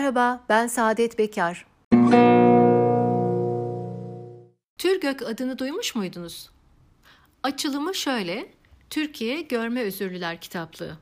Merhaba, ben Saadet Bekar. TÜRGÖK adını duymuş muydunuz? Açılımı şöyle, Türkiye Görme Özürlüler Kitaplığı.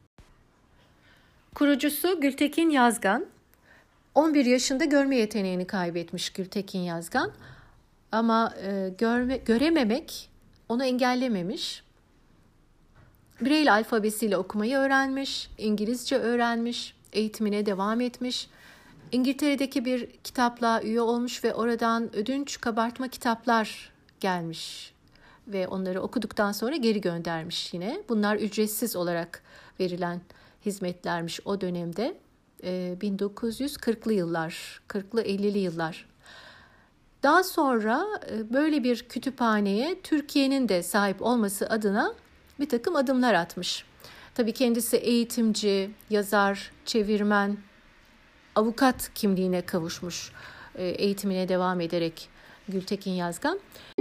Kurucusu Gültekin Yazgan. 11 yaşında görme yeteneğini kaybetmiş Gültekin Yazgan. Ama görememek onu engellememiş. Braille alfabesiyle okumayı öğrenmiş, İngilizce öğrenmiş, eğitimine devam etmiş. İngiltere'deki bir kitaplığa üye olmuş ve oradan ödünç kabartma kitaplar gelmiş. Ve onları okuduktan sonra geri göndermiş yine. Bunlar ücretsiz olarak verilen hizmetlermiş o dönemde. 1940'lı yıllar, 40'lı 50'li yıllar. Daha sonra böyle bir kütüphaneye Türkiye'nin de sahip olması adına bir takım adımlar atmış. Tabii kendisi eğitimci, yazar, çevirmen, avukat kimliğine kavuşmuş eğitimine devam ederek Gültekin Yazgan.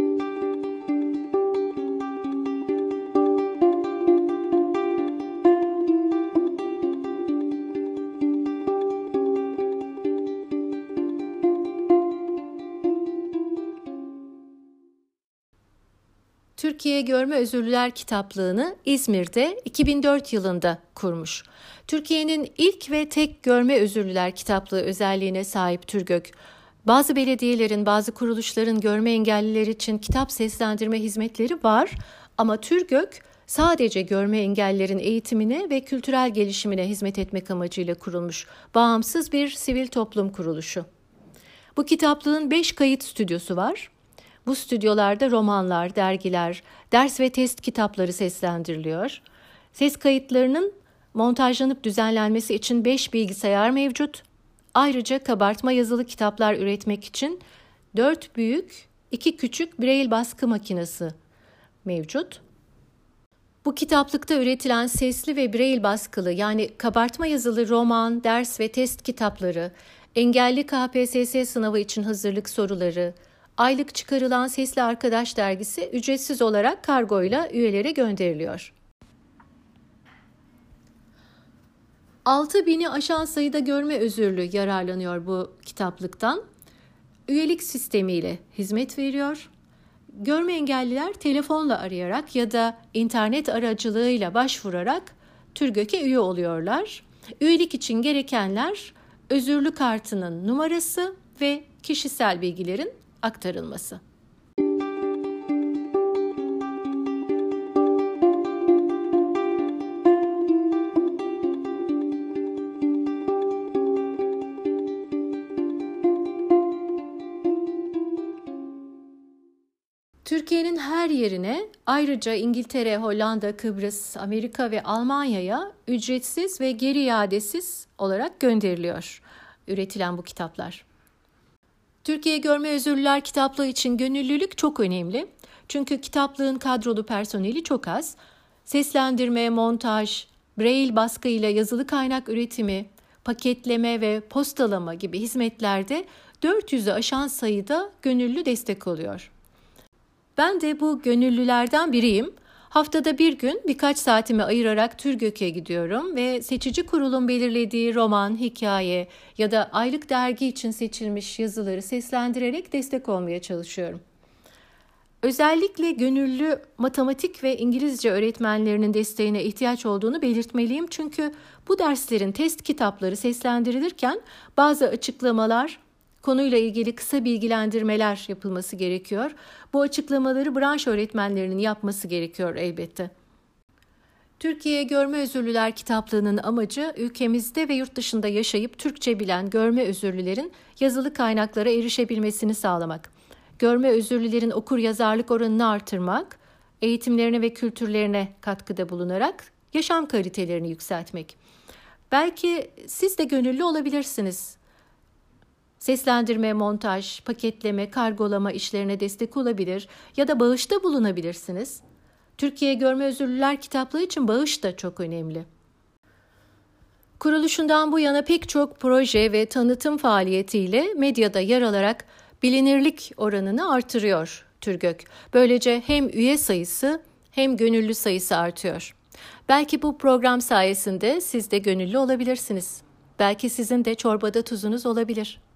Türkiye Görme Özürlüler Kitaplığı'nı İzmir'de 2004 yılında kurmuş. Türkiye'nin ilk ve tek görme özürlüler kitaplığı özelliğine sahip TÜRGÖK, bazı belediyelerin, bazı kuruluşların görme engelliler için kitap seslendirme hizmetleri var ama TÜRGÖK sadece görme engellilerin eğitimine ve kültürel gelişimine hizmet etmek amacıyla kurulmuş bağımsız bir sivil toplum kuruluşu. Bu kitaplığın 5 kayıt stüdyosu var. Bu stüdyolarda romanlar, dergiler, ders ve test kitapları seslendiriliyor. Ses kayıtlarının montajlanıp düzenlenmesi için 5 bilgisayar mevcut. Ayrıca kabartma yazılı kitaplar üretmek için 4 büyük, 2 küçük Braille baskı makinesi mevcut. Bu kitaplıkta üretilen sesli ve Braille baskılı yani kabartma yazılı roman, ders ve test kitapları, engelli KPSS sınavı için hazırlık soruları, aylık çıkarılan Sesli Arkadaş dergisi ücretsiz olarak kargoyla üyelere gönderiliyor. 6.000'i aşan sayıda görme özürlü yararlanıyor bu kitaplıktan. Üyelik sistemiyle hizmet veriyor. Görme engelliler telefonla arayarak ya da internet aracılığıyla başvurarak TÜRGÖK'e üye oluyorlar. Üyelik için gerekenler özürlü kartının numarası ve kişisel bilgilerin aktarılması. Türkiye'nin her yerine ayrıca İngiltere, Hollanda, Kıbrıs, Amerika ve Almanya'ya ücretsiz ve geri iadesiz olarak gönderiliyor üretilen bu kitaplar. Türkiye Görme Özürlüler Kitaplığı için gönüllülük çok önemli. Çünkü kitaplığın kadrolu personeli çok az. Seslendirme, montaj, Braille baskıyla yazılı kaynak üretimi, paketleme ve postalama gibi hizmetlerde 400'ü aşan sayıda gönüllü destek oluyor. Ben de bu gönüllülerden biriyim. Haftada bir gün birkaç saatimi ayırarak TÜRGÖK'e gidiyorum ve seçici kurulun belirlediği roman, hikaye ya da aylık dergi için seçilmiş yazıları seslendirerek destek olmaya çalışıyorum. Özellikle gönüllü matematik ve İngilizce öğretmenlerinin desteğine ihtiyaç olduğunu belirtmeliyim. Çünkü bu derslerin test kitapları seslendirilirken bazı açıklamalar, konuyla ilgili kısa bilgilendirmeler yapılması gerekiyor. Bu açıklamaları branş öğretmenlerinin yapması gerekiyor elbette. Türkiye Görme Özürlüler Kitaplığı'nın amacı ülkemizde ve yurt dışında yaşayıp Türkçe bilen görme özürlülerin yazılı kaynaklara erişebilmesini sağlamak. Görme özürlülerin okur yazarlık oranını artırmak, eğitimlerine ve kültürlerine katkıda bulunarak yaşam kalitelerini yükseltmek. Belki siz de gönüllü olabilirsiniz. Seslendirme, montaj, paketleme, kargolama işlerine destek olabilir ya da bağışta bulunabilirsiniz. Türkiye Görme Özürlüler Kitaplığı için bağış da çok önemli. Kuruluşundan bu yana pek çok proje ve tanıtım faaliyetiyle medyada yer alarak bilinirlik oranını artırıyor TÜRGÖK. Böylece hem üye sayısı hem gönüllü sayısı artıyor. Belki bu program sayesinde siz de gönüllü olabilirsiniz. Belki sizin de çorbada tuzunuz olabilir.